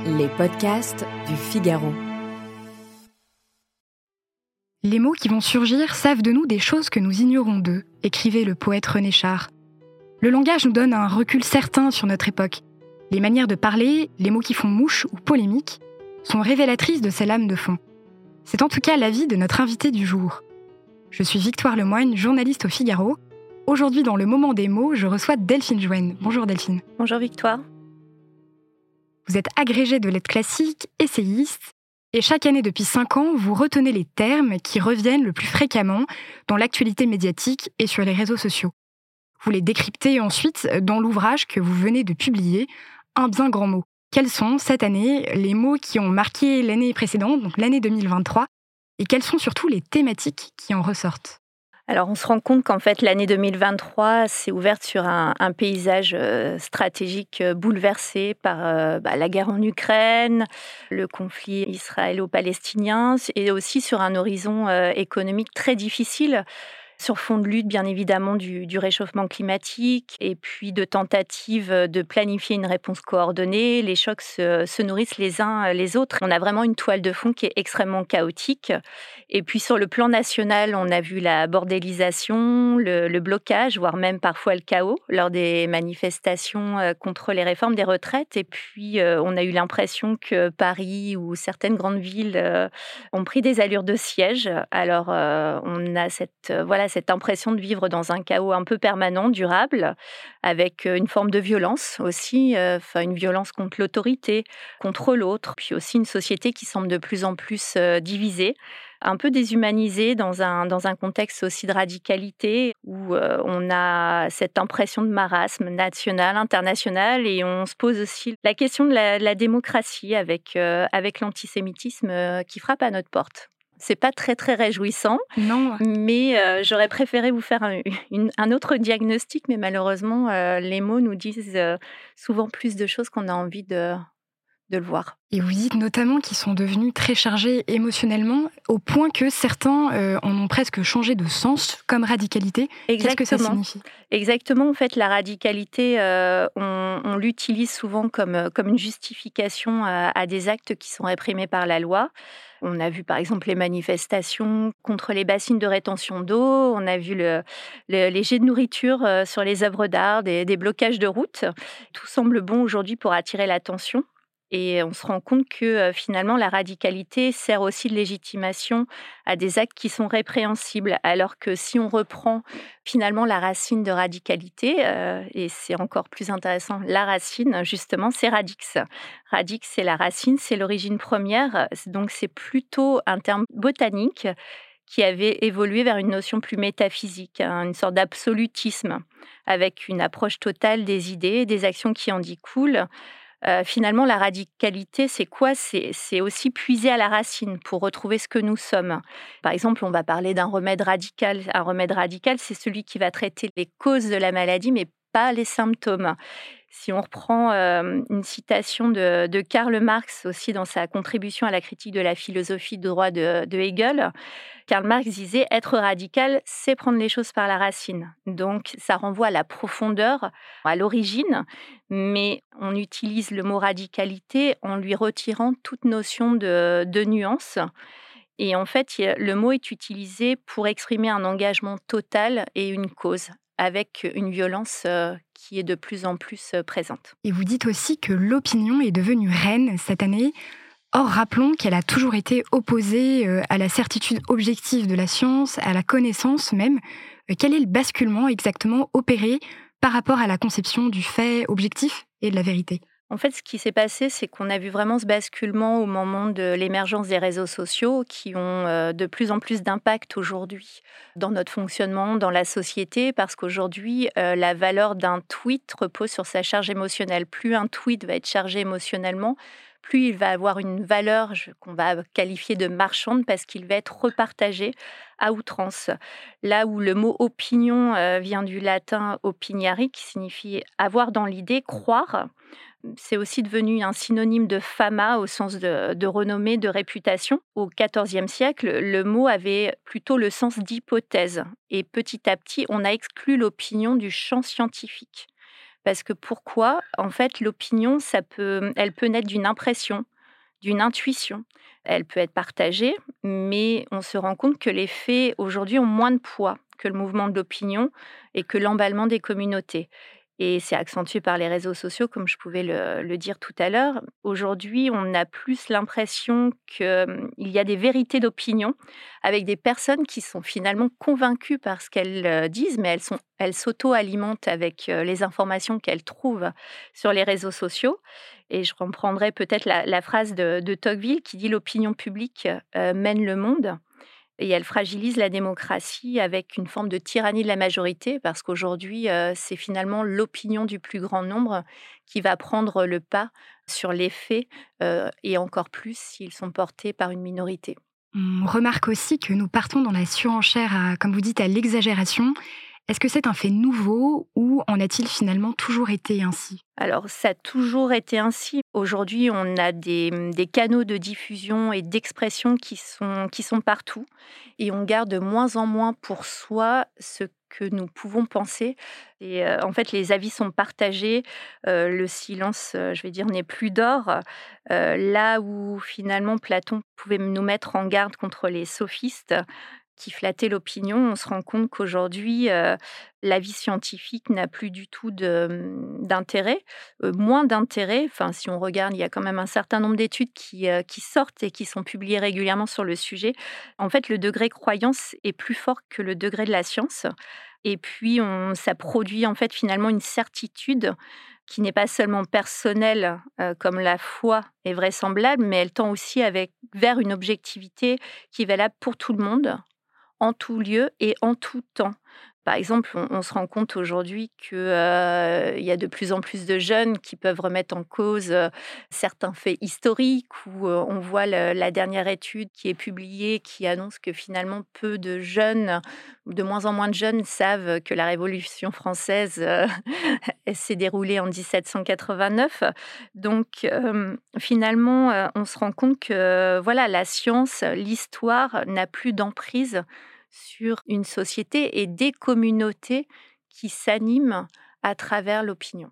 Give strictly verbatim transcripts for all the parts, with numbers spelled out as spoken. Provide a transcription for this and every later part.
Les podcasts du Figaro. Les mots qui vont surgir savent de nous des choses que nous ignorons d'eux, écrivait le poète René Char. Le langage nous donne un recul certain sur notre époque. Les manières de parler, les mots qui font mouche ou polémique, sont révélatrices de ces lames de fond. C'est en tout cas l'avis de notre invité du jour. Je suis Victoire Lemoine, journaliste au Figaro. Aujourd'hui, dans le moment des mots, je reçois Delphine Jouenne. Bonjour Delphine. Bonjour Victoire. Vous êtes agrégée de lettres classiques, essayiste, et chaque année depuis cinq ans, vous retenez les termes qui reviennent le plus fréquemment dans l'actualité médiatique et sur les réseaux sociaux. Vous les décryptez ensuite dans l'ouvrage que vous venez de publier, Un bien grand mot. Quels sont, cette année, les mots qui ont marqué l'année précédente, donc l'année deux mille vingt-trois, et quelles sont surtout les thématiques qui en ressortent ? Alors, on se rend compte qu'en fait, l'année deux mille vingt-trois s'est ouverte sur un, un paysage euh, stratégique euh, bouleversé par euh, bah, la guerre en Ukraine, le conflit israélo-palestinien, et aussi sur un horizon euh, économique très difficile, sur fond de lutte, bien évidemment, du, du réchauffement climatique et puis de tentatives de planifier une réponse coordonnée. Les chocs se, se nourrissent les uns les autres. On a vraiment une toile de fond qui est extrêmement chaotique. Et puis, sur le plan national, on a vu la bordélisation, le, le blocage, voire même parfois le chaos lors des manifestations contre les réformes des retraites. Et puis, on a eu l'impression que Paris ou certaines grandes villes ont pris des allures de siège. Alors, on a cette... Voilà, cette impression de vivre dans un chaos un peu permanent, durable, avec une forme de violence aussi, euh, enfin une violence contre l'autorité, contre l'autre, puis aussi une société qui semble de plus en plus euh, divisée, un peu déshumanisée dans un, dans un contexte aussi de radicalité où euh, on a cette impression de marasme national, international, et on se pose aussi la question de la, de la démocratie avec, euh, avec l'antisémitisme euh, qui frappe à notre porte. C'est pas très très réjouissant, non. mais euh, j'aurais préféré vous faire un, une, un autre diagnostic, mais malheureusement, euh, les mots nous disent euh, souvent plus de choses qu'on a envie de, de le voir. Et vous dites notamment qu'ils sont devenus très chargés émotionnellement, au point que certains euh, en ont presque changé de sens, comme radicalité. Exactement. Qu'est-ce que ça signifie ? Exactement. En fait, la radicalité, euh, on, on l'utilise souvent comme, comme une justification à, à des actes qui sont réprimés par la loi. On a vu par exemple les manifestations contre les bassines de rétention d'eau, on a vu le, le, les jets de nourriture sur les œuvres d'art, des, des blocages de routes. Tout semble bon aujourd'hui pour attirer l'attention. Et on se rend compte que euh, finalement, la radicalité sert aussi de légitimation à des actes qui sont répréhensibles. Alors que si on reprend finalement la racine de radicalité, euh, et c'est encore plus intéressant, la racine, justement, c'est radix. Radix, c'est la racine, c'est l'origine première. Donc, c'est plutôt un terme botanique qui avait évolué vers une notion plus métaphysique, hein, une sorte d'absolutisme, avec une approche totale des idées, des actions qui en découlent. Euh, finalement, la radicalité, c'est quoi ? c'est, c'est aussi puiser à la racine pour retrouver ce que nous sommes. Par exemple, on va parler d'un remède radical. Un remède radical, c'est celui qui va traiter les causes de la maladie, mais pas les symptômes. Si on reprend euh, une citation de, de Karl Marx aussi dans sa contribution à la critique de la philosophie de droit de, de Hegel, Karl Marx disait « être radical, c'est prendre les choses par la racine ». Donc, ça renvoie à la profondeur, à l'origine, mais on utilise le mot radicalité en lui retirant toute notion de, de nuance. Et en fait, le mot est utilisé pour exprimer un engagement total et une cause, avec une violence euh, qui est de plus en plus euh, présente. Et vous dites aussi que l'opinion est devenue reine cette année. Or, rappelons qu'elle a toujours été opposée euh, à la certitude objective de la science, à la connaissance même. Euh, quel est le basculement exactement opéré par rapport à la conception du fait objectif et de la vérité ? En fait, ce qui s'est passé, c'est qu'on a vu vraiment ce basculement au moment de l'émergence des réseaux sociaux qui ont euh, de plus en plus d'impact aujourd'hui dans notre fonctionnement, dans la société, parce qu'aujourd'hui, euh, la valeur d'un tweet repose sur sa charge émotionnelle. Plus un tweet va être chargé émotionnellement, plus il va avoir une valeur qu'on va qualifier de marchande parce qu'il va être repartagé à outrance. Là où le mot opinion euh, vient du latin opiniare, qui signifie avoir dans l'idée, croire, c'est aussi devenu un synonyme de fama au sens de, de renommée, de réputation. Au quatorzième siècle, le mot avait plutôt le sens d'hypothèse. Et petit à petit, on a exclu l'opinion du champ scientifique. Parce que pourquoi? En fait, l'opinion, ça peut, elle peut naître d'une impression, d'une intuition. Elle peut être partagée, mais on se rend compte que les faits, aujourd'hui, ont moins de poids que le mouvement de l'opinion et que l'emballement des communautés. Et c'est accentué par les réseaux sociaux, comme je pouvais le, le dire tout à l'heure. Aujourd'hui, on a plus l'impression qu'il y a des vérités d'opinion avec des personnes qui sont finalement convaincues par ce qu'elles euh, disent, mais elles, sont, elles s'auto-alimentent avec euh, les informations qu'elles trouvent sur les réseaux sociaux. Et je reprendrai peut-être la, la phrase de, de Tocqueville qui dit l'opinion publique euh, mène le monde. Et elle fragilise la démocratie avec une forme de tyrannie de la majorité, parce qu'aujourd'hui, euh, c'est finalement l'opinion du plus grand nombre qui va prendre le pas sur les faits, euh, et encore plus s'ils sont portés par une minorité. On remarque aussi que nous partons dans la surenchère, à, comme vous dites, à l'exagération. Est-ce que c'est un fait nouveau ou en a-t-il finalement toujours été ainsi? Alors, ça a toujours été ainsi. Aujourd'hui, on a des, des canaux de diffusion et d'expression qui sont, qui sont partout et on garde de moins en moins pour soi ce que nous pouvons penser. Et euh, en fait, les avis sont partagés, euh, le silence, euh, je vais dire, n'est plus d'or. Euh, là où finalement Platon pouvait nous mettre en garde contre les sophistes, qui flattait l'opinion, on se rend compte qu'aujourd'hui, euh, l'avis scientifique n'a plus du tout de, mmh, d'intérêt, euh, moins d'intérêt. Enfin, si on regarde, il y a quand même un certain nombre d'études qui, euh, qui sortent et qui sont publiées régulièrement sur le sujet. En fait, le degré croyance est plus fort que le degré de la science. Et puis, on, ça produit en fait finalement une certitude qui n'est pas seulement personnelle, euh, comme la foi est vraisemblable, mais elle tend aussi avec, vers une objectivité qui est valable pour tout le monde, en tout lieu et en tout temps. Par exemple, on, on se rend compte aujourd'hui qu'il euh, y a de plus en plus de jeunes qui peuvent remettre en cause euh, certains faits historiques, où euh, on voit le- la dernière étude qui est publiée qui annonce que finalement peu de jeunes, de moins en moins de jeunes savent que la Révolution française euh, elle s'est déroulée en dix-sept cent quatre-vingt-neuf. Donc euh, finalement, euh, on se rend compte que voilà, la science, l'histoire n'a plus d'emprise sur une société et des communautés qui s'animent à travers l'opinion.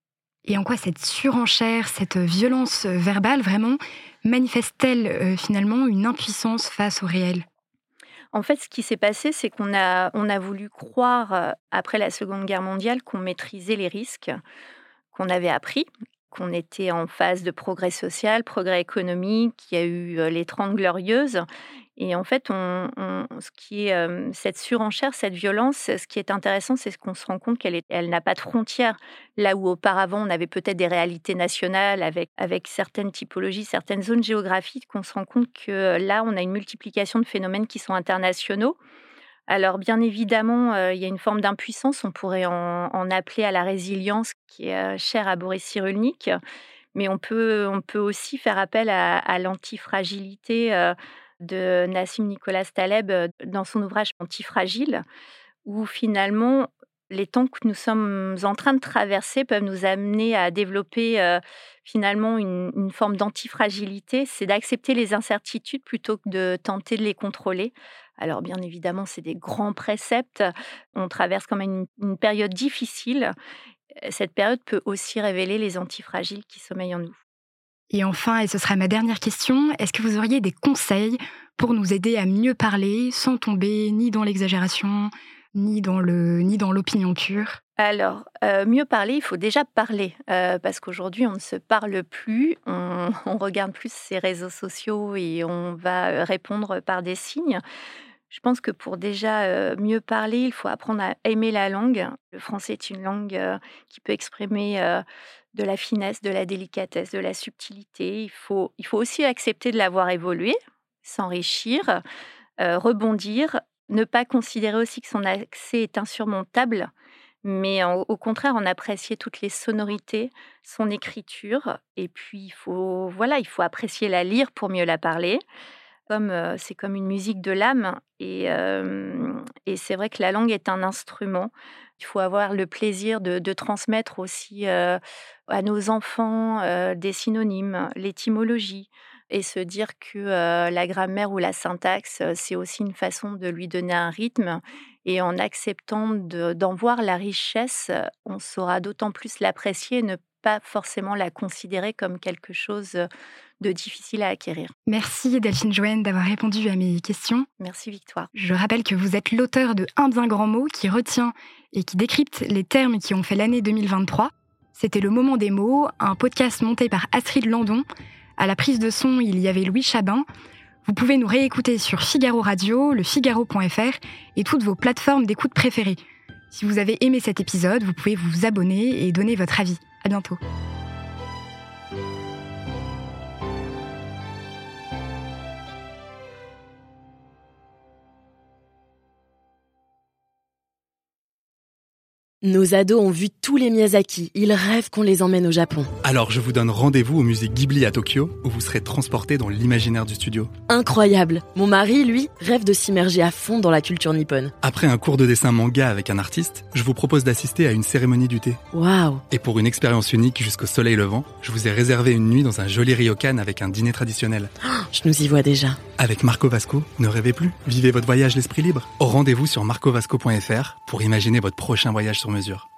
Et en quoi cette surenchère, cette violence verbale vraiment manifeste-t-elle euh, finalement une impuissance face au réel? En fait, ce qui s'est passé, c'est qu'on a, on a voulu croire, euh, après la Seconde Guerre mondiale, qu'on maîtrisait les risques, qu'on avait appris, qu'on était en phase de progrès social, progrès économique, qu'il y a eu euh, les Trente Glorieuses. Et en fait, on, on- ce qui est, euh, cette surenchère, cette violence, ce qui est intéressant, c'est qu'on se rend compte qu'elle est- elle n'a pas de frontières. Là où auparavant, on avait peut-être des réalités nationales avec, avec certaines typologies, certaines zones géographiques, qu'on se rend compte que euh, là, on a une multiplication de phénomènes qui sont internationaux. Alors, bien évidemment, euh, il y a une forme d'impuissance. On pourrait en, en appeler à la résilience qui est euh, chère à Boris Cyrulnik. Mais on peut, on peut aussi faire appel à, à l'antifragilité euh, de Nassim Nicolas Taleb euh, dans son ouvrage Antifragile, où finalement, les temps que nous sommes en train de traverser peuvent nous amener à développer euh, finalement une, une forme d'antifragilité. C'est d'accepter les incertitudes plutôt que de tenter de les contrôler. Alors bien évidemment, c'est des grands préceptes. On traverse quand même une, une période difficile. Cette période peut aussi révéler les antifragiles qui sommeillent en nous. Et enfin, et ce sera ma dernière question, est-ce que vous auriez des conseils pour nous aider à mieux parler sans tomber ni dans l'exagération, ni dans le, ni dans l'opinion pure? Alors, heu, mieux parler, il faut déjà parler, heu, parce qu'aujourd'hui, on ne se parle plus, on on regarde plus ces réseaux sociaux et on va, heu, répondre par des signes. Je pense que pour déjà, heu, mieux parler, il faut apprendre à aimer la langue. Le français est une langue, heu, qui peut exprimer, heu, de la finesse, de la délicatesse, de la subtilité. Il faut il faut aussi accepter de la voir évoluer, s'enrichir, heu, rebondir, ne pas considérer aussi que son accès est insurmontable, mais en au contraire, en apprécier toutes les sonorités, son écriture et puis il faut voilà, il faut apprécier la lire pour mieux la parler. Comme, heu, c'est comme une musique de l'âme et hem et c'est vrai que la langue est un instrument. Il faut avoir le plaisir de de transmettre aussi, heu, à nos enfants, heu, des synonymes, l'étymologie et se dire que euh, la grammaire ou la syntaxe, euh, c'est aussi une façon de lui donner un rythme. Et en acceptant de, d'en voir la richesse, euh, on saura d'autant plus l'apprécier et ne pas forcément la considérer comme quelque chose de difficile à acquérir. Merci Delphine Joen d'avoir répondu à mes questions. Merci Victoire. Je rappelle que vous êtes l'auteur de Un bien grand mot qui retient et qui décrypte les termes qui ont fait l'année deux mille vingt-trois. C'était Le Moment des mots, un podcast monté par Astrid Landon. À la prise de son, il y avait Louis Chabin. Vous pouvez nous réécouter sur Figaro Radio, le figaro point f r et toutes vos plateformes d'écoute préférées. Si vous avez aimé cet épisode, vous pouvez vous abonner et donner votre avis. À bientôt. Nos ados ont vu tous les Miyazaki. Ils rêvent qu'on les emmène au Japon. Alors je vous donne rendez-vous au musée Ghibli à Tokyo, où vous serez transportés dans l'imaginaire du studio. Incroyable. Mon mari, lui, rêve de s'immerger à fond dans la culture nippone. Après un cours de dessin manga avec un artiste, je vous propose d'assister à une cérémonie du thé. Waouh. Et pour une expérience unique jusqu'au soleil levant, je vous ai réservé une nuit dans un joli ryokan avec un dîner traditionnel. Oh, je nous y vois déjà. Avec Marco Vasco, ne rêvez plus. Vivez votre voyage l'esprit libre. Au rendez-vous sur marco vasco point f r pour imaginer votre prochain voyage sur mesure.